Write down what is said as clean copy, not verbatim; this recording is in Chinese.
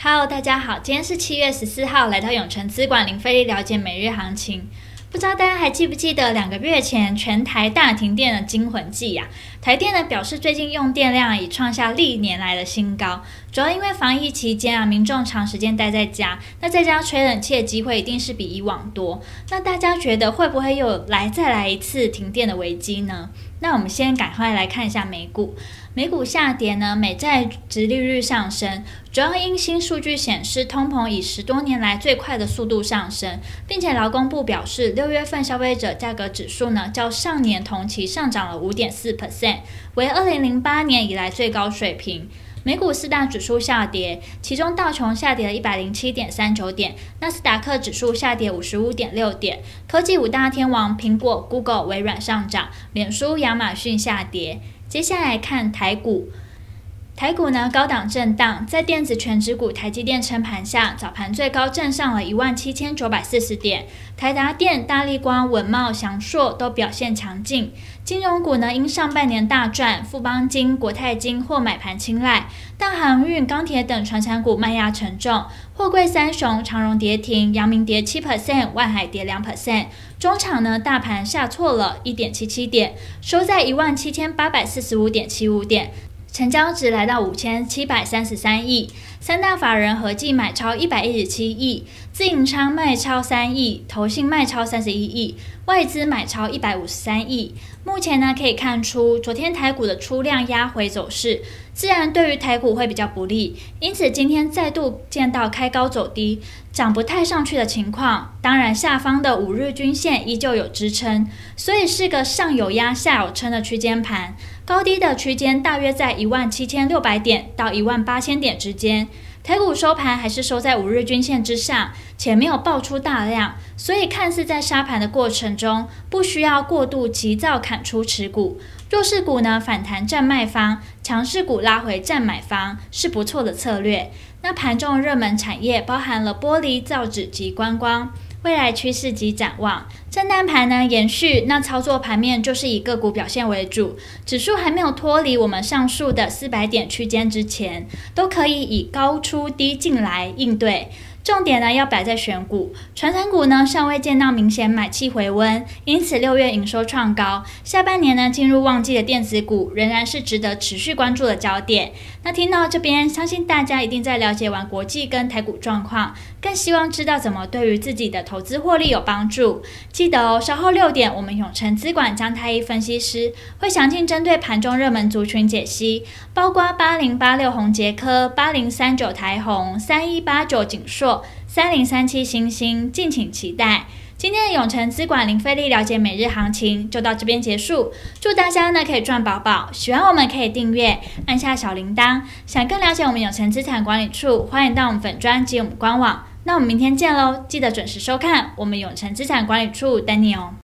Hello， 大家好，今天是7月14号，来到永诚资管零费力了解每日行情。不知道大家还记不记得2个月前全台大停电的惊魂记啊？台电呢表示，最近用电量已创下历年来的新高，主要因为防疫期间民众长时间待在家，那在家吹冷气的机会一定是比以往多。那大家觉得会不会又再来一次停电的危机呢？那我们先赶快来看一下美股。美股下跌呢，美债殖利率上升，主要因新数据显示通膨以10多年来最快的速度上升，并且劳工部表示6月份消费者价格指数呢，较上年同期上涨了 5.4%， 为2008年以来最高水平。美股4大指数下跌，其中道琼下跌了 107.39 点，纳斯达克指数下跌 55.6 点，科技5大天王苹果、Google、微软上涨，脸书、亚马逊下跌。接下来看台股。台股呢高档震荡，在电子全指股台积电撑盘下，早盘最高站上了17940点，台达电、大立光、稳懋、祥硕都表现强劲。金融股呢因上半年大赚，富邦金、国泰金或买盘青睐，但航运、钢铁等传产股卖压沉重，货柜三雄长荣跌停，阳明跌 7%， 万海跌 2%。中场呢大盘下挫了 1.77 点，收在17845.75 点。成交值来到5733亿，三大法人合计买超117亿，自营商卖超3亿，投信卖超31亿，外资买超153亿。目前呢可以看出，昨天台股的出量压回走势，自然对于台股会比较不利，因此今天再度见到开高走低，涨不太上去的情况。当然下方的5日均线依旧有支撑，所以是个上有压下有撑的区间盘，高低的区间大约在17600点到18000点之间。台股收盘还是收在5日均线之上，且没有爆出大量，所以看似在杀盘的过程中不需要过度急躁砍出持股。弱势股呢反弹占卖方，强势股拉回占买方，是不错的策略。那盘中热门产业包含了玻璃、造纸及观光。未来趋势及展望，震荡盘呢延续，那操作盘面就是以个股表现为主，指数还没有脱离我们上述的400点区间之前，都可以以高出低进来应对。重点呢要摆在选股，传产股呢尚未见到明显买气回温，因此6月营收创高，下半年呢进入旺季的电子股仍然是值得持续关注的焦点。那听到这边，相信大家一定在了解完国际跟台股状况，更希望知道怎么对于自己的投资获利有帮助。记得哦，稍后6点，我们永诚资管江太一分析师会详尽针对盘中热门族群解析，包括8086宏捷科、8039台宏、3189景硕、3037星星，敬请期待。今天的永诚资管零费力了解每日行情就到这边结束，祝大家呢可以赚饱饱，喜欢我们可以订阅，按下小铃铛。想更了解我们永诚资产管理处，欢迎到我们粉专及我们官网。那我们明天见喽，记得准时收看，我们永诚资产管理处等你哦。